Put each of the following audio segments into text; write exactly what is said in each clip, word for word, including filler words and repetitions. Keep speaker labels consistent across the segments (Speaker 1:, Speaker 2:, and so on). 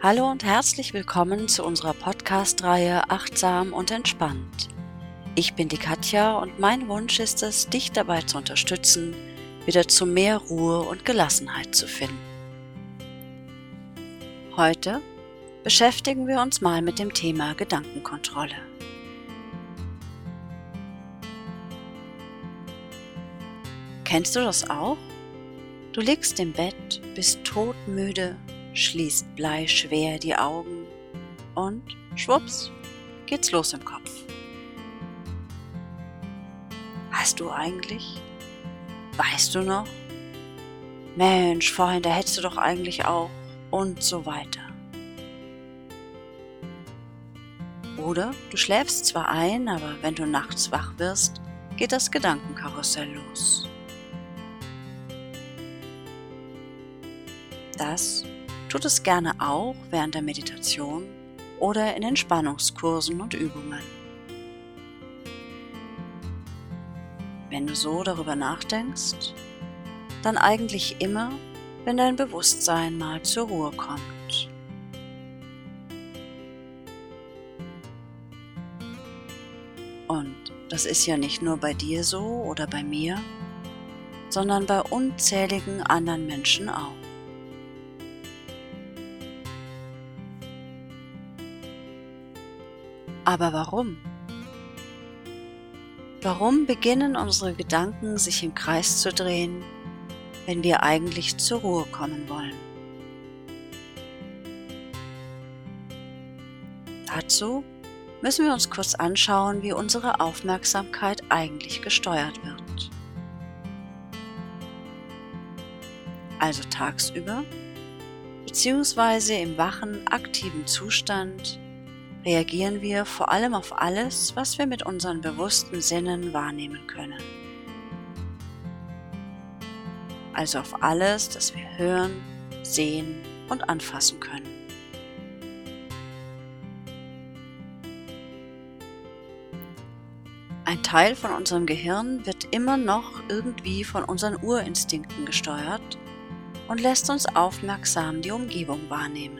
Speaker 1: Hallo und herzlich willkommen zu unserer Podcast-Reihe Achtsam und Entspannt. Ich bin die Katja und mein Wunsch ist es, dich dabei zu unterstützen, wieder zu mehr Ruhe und Gelassenheit zu finden. Heute beschäftigen wir uns mal mit dem Thema Gedankenkontrolle. Kennst du das auch? Du liegst im Bett, bist todmüde, schließt bleischwer die Augen und schwupps, geht's los im Kopf. Hast du eigentlich? Weißt du noch? Mensch, vorhin, da hättest du doch eigentlich auch und so weiter. Oder du schläfst zwar ein, aber wenn du nachts wach wirst, geht das Gedankenkarussell los. Das tut es gerne auch während der Meditation oder in Entspannungskursen und Übungen. Wenn du so darüber nachdenkst, dann eigentlich immer, wenn dein Bewusstsein mal zur Ruhe kommt. Und das ist ja nicht nur bei dir so oder bei mir, sondern bei unzähligen anderen Menschen auch. Aber warum? Warum beginnen unsere Gedanken sich im Kreis zu drehen, wenn wir eigentlich zur Ruhe kommen wollen? Dazu müssen wir uns kurz anschauen, wie unsere Aufmerksamkeit eigentlich gesteuert wird. Also tagsüber, beziehungsweise im wachen, aktiven Zustand, reagieren wir vor allem auf alles, was wir mit unseren bewussten Sinnen wahrnehmen können. Also auf alles, das wir hören, sehen und anfassen können. Ein Teil von unserem Gehirn wird immer noch irgendwie von unseren Urinstinkten gesteuert und lässt uns aufmerksam die Umgebung wahrnehmen.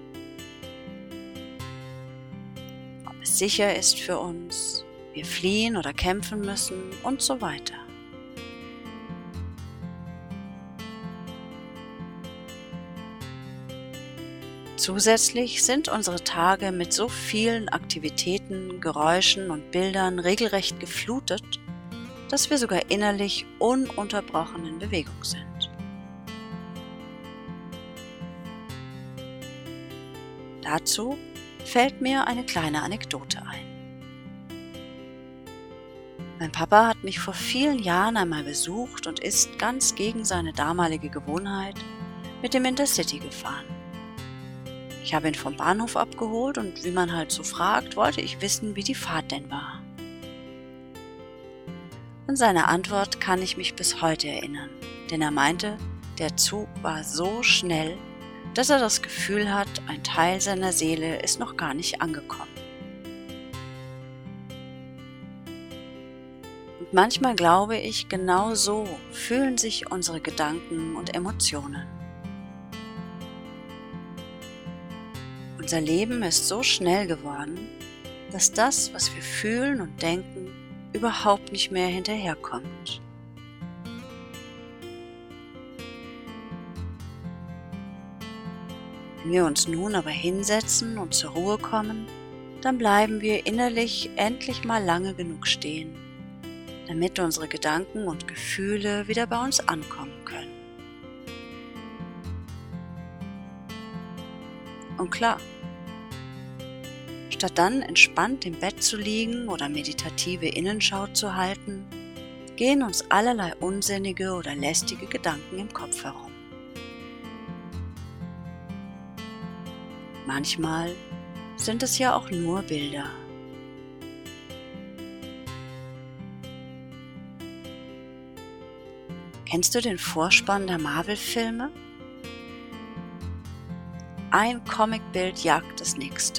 Speaker 1: Sicher ist für uns, wir fliehen oder kämpfen müssen und so weiter. Zusätzlich sind unsere Tage mit so vielen Aktivitäten, Geräuschen und Bildern regelrecht geflutet, dass wir sogar innerlich ununterbrochen in Bewegung sind. Dazu fällt mir eine kleine Anekdote ein. Mein Papa hat mich vor vielen Jahren einmal besucht und ist ganz gegen seine damalige Gewohnheit mit dem Intercity gefahren. Ich habe ihn vom Bahnhof abgeholt und wie man halt so fragt, wollte ich wissen, wie die Fahrt denn war. An seine Antwort kann ich mich bis heute erinnern, denn er meinte, der Zug war so schnell, dass er das Gefühl hat, ein Teil seiner Seele ist noch gar nicht angekommen. Und manchmal glaube ich, genau so fühlen sich unsere Gedanken und Emotionen. Unser Leben ist so schnell geworden, dass das, was wir fühlen und denken, überhaupt nicht mehr hinterherkommt. Wenn wir uns nun aber hinsetzen und zur Ruhe kommen, dann bleiben wir innerlich endlich mal lange genug stehen, damit unsere Gedanken und Gefühle wieder bei uns ankommen können. Und klar, statt dann entspannt im Bett zu liegen oder meditative Innenschau zu halten, gehen uns allerlei unsinnige oder lästige Gedanken im Kopf herum. Manchmal sind es ja auch nur Bilder. Kennst du den Vorspann der Marvel-Filme? Ein Comicbild jagt das nächste.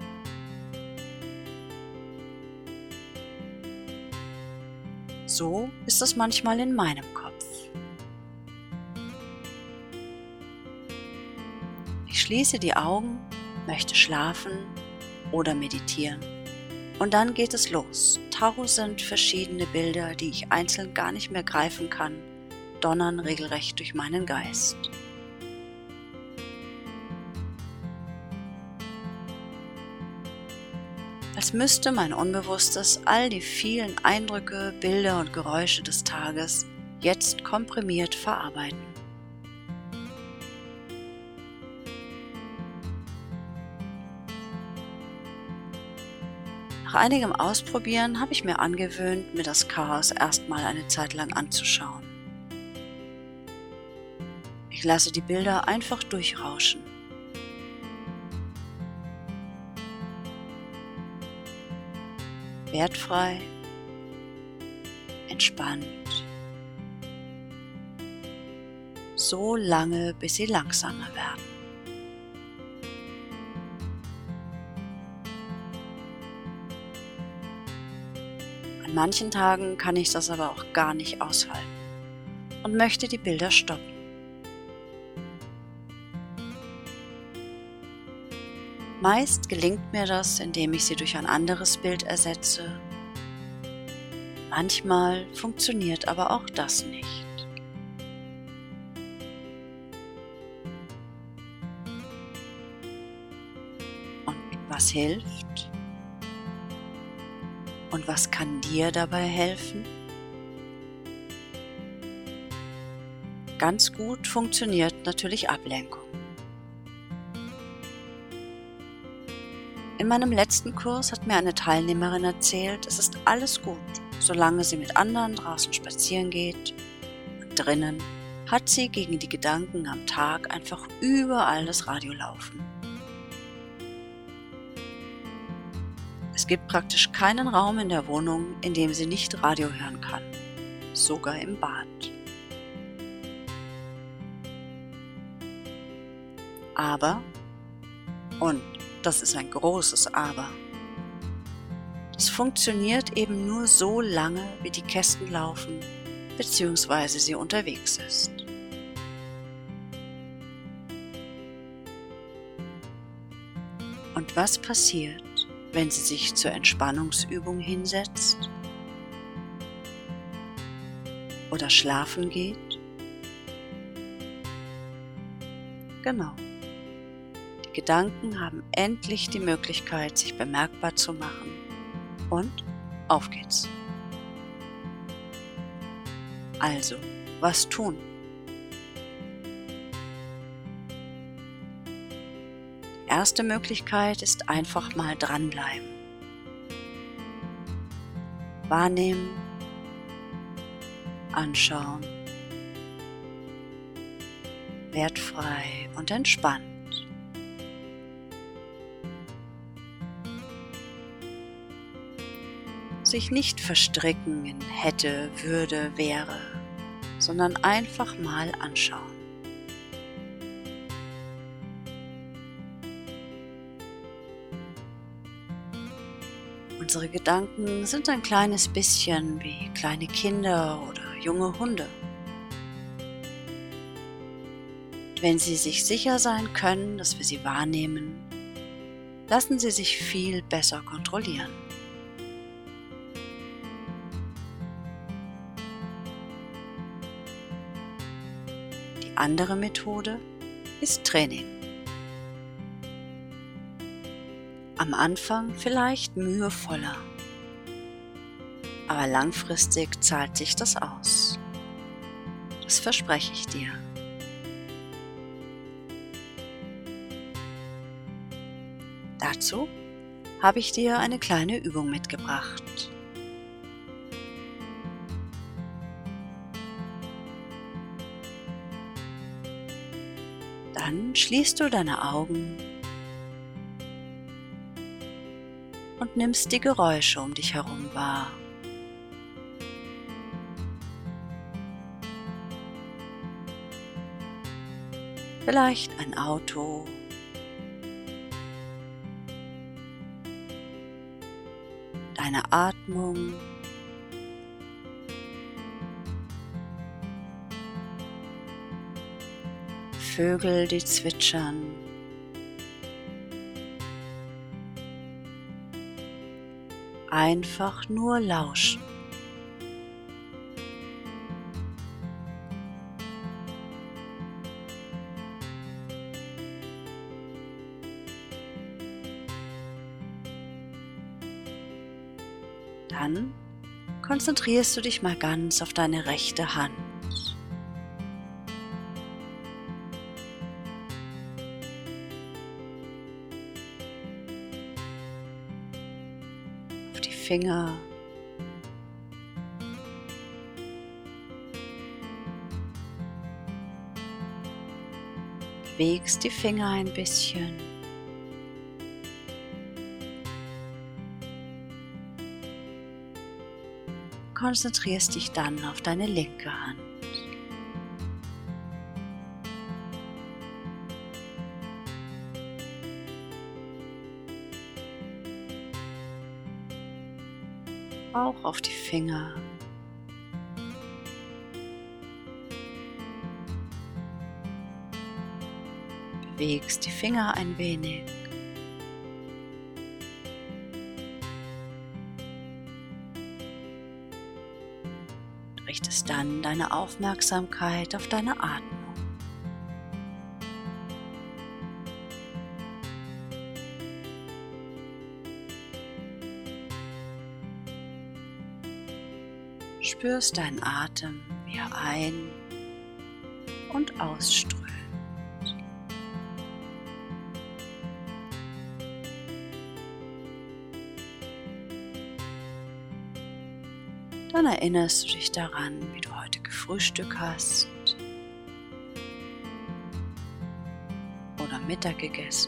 Speaker 1: So ist es manchmal in meinem Kopf. Ich Ich schließe die Augen, möchte schlafen oder meditieren. Und dann geht es los. Tausend verschiedene Bilder, die ich einzeln gar nicht mehr greifen kann, donnern regelrecht durch meinen Geist. Als müsste mein Unbewusstes all die vielen Eindrücke, Bilder und Geräusche des Tages jetzt komprimiert verarbeiten. Nach einigem Ausprobieren habe ich mir angewöhnt, mir das Chaos erstmal eine Zeit lang anzuschauen. Ich lasse die Bilder einfach durchrauschen. Wertfrei, entspannt, so lange, bis sie langsamer werden. An manchen Tagen kann ich das aber auch gar nicht aushalten und möchte die Bilder stoppen. Meist gelingt mir das, indem ich sie durch ein anderes Bild ersetze. Manchmal funktioniert aber auch das nicht. Und was hilft? Und was kann dir dabei helfen? Ganz gut funktioniert natürlich Ablenkung. In meinem letzten Kurs hat mir eine Teilnehmerin erzählt, es ist alles gut, solange sie mit anderen draußen spazieren geht. Und drinnen hat sie gegen die Gedanken am Tag einfach überall das Radio laufen. Es gibt praktisch keinen Raum in der Wohnung, in dem sie nicht Radio hören kann, sogar im Bad. Aber, und das ist ein großes Aber, das funktioniert eben nur so lange, wie die Kästen laufen bzw. sie unterwegs ist. Und was passiert, wenn sie sich zur Entspannungsübung hinsetzt oder schlafen geht? Genau. Die Gedanken haben endlich die Möglichkeit, sich bemerkbar zu machen. Und auf geht's. Also, was tun? Die erste Möglichkeit ist einfach mal dranbleiben. Wahrnehmen, anschauen, wertfrei und entspannt. Sich nicht verstricken in hätte, würde, wäre, sondern einfach mal anschauen. Unsere Gedanken sind ein kleines bisschen wie kleine Kinder oder junge Hunde. Wenn Sie sich sicher sein können, dass wir sie wahrnehmen, lassen Sie sich viel besser kontrollieren. Die andere Methode ist Training. Am Anfang vielleicht mühevoller, aber langfristig zahlt sich das aus. Das verspreche ich dir. Dazu habe ich dir eine kleine Übung mitgebracht. Dann schließt du deine Augen und nimmst die Geräusche um dich herum wahr. Vielleicht ein Auto, deine Atmung, Vögel, die zwitschern, Einfach nur lauschen. Dann konzentrierst du dich mal ganz auf deine rechte Hand. Auf die Finger. Bewegst die Finger ein bisschen. Konzentrierst dich dann auf deine linke Hand. Auch auf die Finger. Bewegst die Finger ein wenig. Richtest dann deine Aufmerksamkeit auf deine Atmung. Spürst deinen Atem, wie er ein- und ausströmt. Dann erinnerst du dich daran, wie du heute gefrühstückt hast oder Mittag gegessen.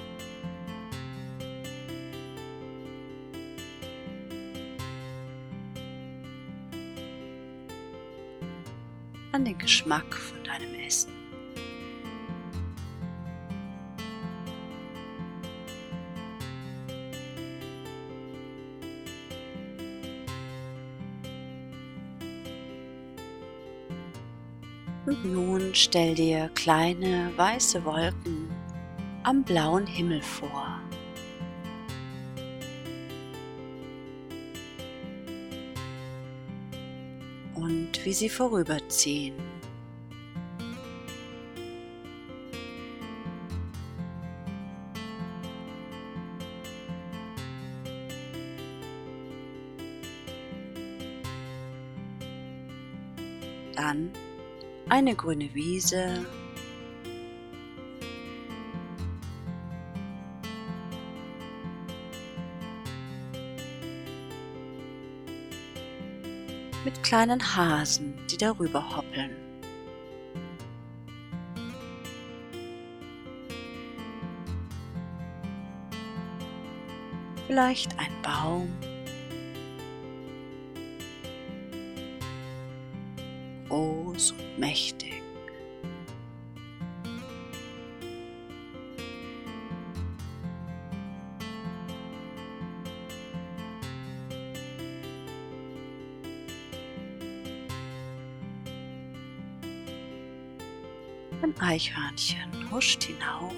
Speaker 1: An den Geschmack von deinem Essen. Und nun stell dir kleine weiße Wolken am blauen Himmel vor. Und wie sie vorüberziehen. Dann eine grüne Wiese, mit kleinen Hasen, die darüber hoppeln. Vielleicht ein Baum, groß und mächtig. Ein Eichhörnchen huscht hinauf.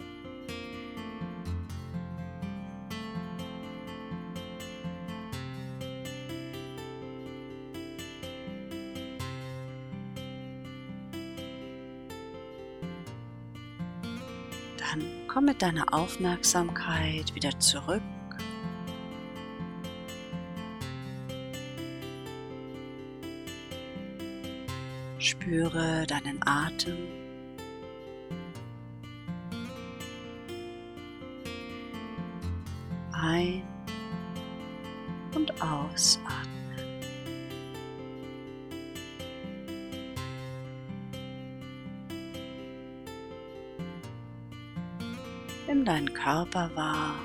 Speaker 1: Dann komm mit deiner Aufmerksamkeit wieder zurück. Spüre deinen Atem. Ein- und ausatmen. Nimm deinen Körper wahr.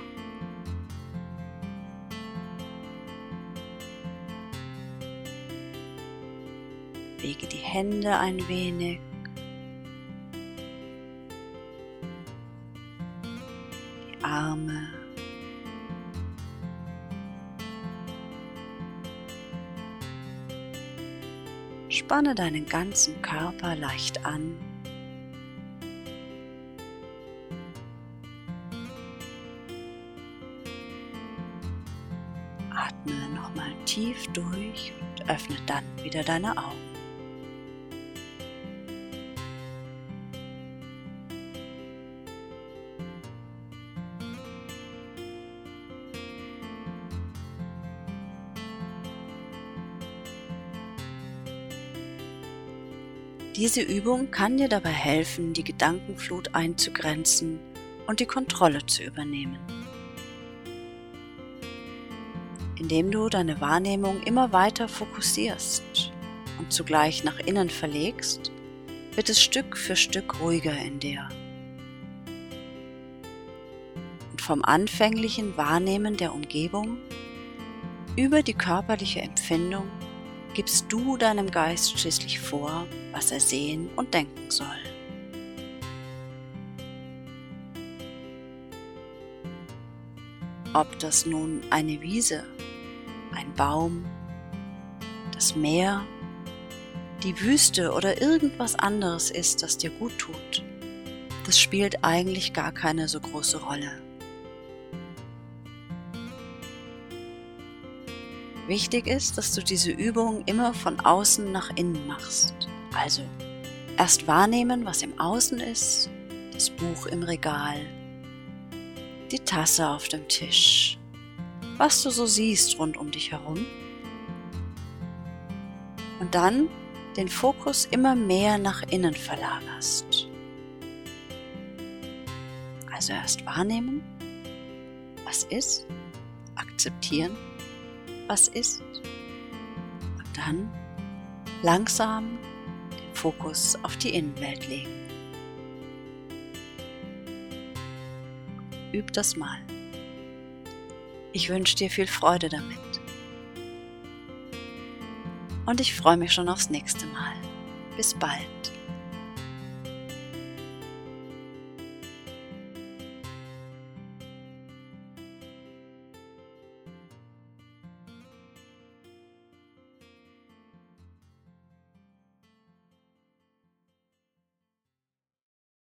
Speaker 1: Bewege die Hände ein wenig. Die Arme. Spanne deinen ganzen Körper leicht an. Atme nochmal tief durch und öffne dann wieder deine Augen. Diese Übung kann dir dabei helfen, die Gedankenflut einzugrenzen und die Kontrolle zu übernehmen. Indem du deine Wahrnehmung immer weiter fokussierst und zugleich nach innen verlegst, wird es Stück für Stück ruhiger in dir. Und vom anfänglichen Wahrnehmen der Umgebung über die körperliche Empfindung gibst du deinem Geist schließlich vor, was er sehen und denken soll. Ob das nun eine Wiese, ein Baum, das Meer, die Wüste oder irgendwas anderes ist, das dir gut tut, das spielt eigentlich gar keine so große Rolle. Wichtig ist, dass du diese Übung immer von außen nach innen machst. Also erst wahrnehmen, was im Außen ist, das Buch im Regal, die Tasse auf dem Tisch, was du so siehst rund um dich herum. Und dann den Fokus immer mehr nach innen verlagerst. Also erst wahrnehmen, was ist, akzeptieren, was ist, und dann langsam den Fokus auf die Innenwelt legen. Üb das mal. Ich wünsche dir viel Freude damit. Und ich freue mich schon aufs nächste Mal. Bis bald.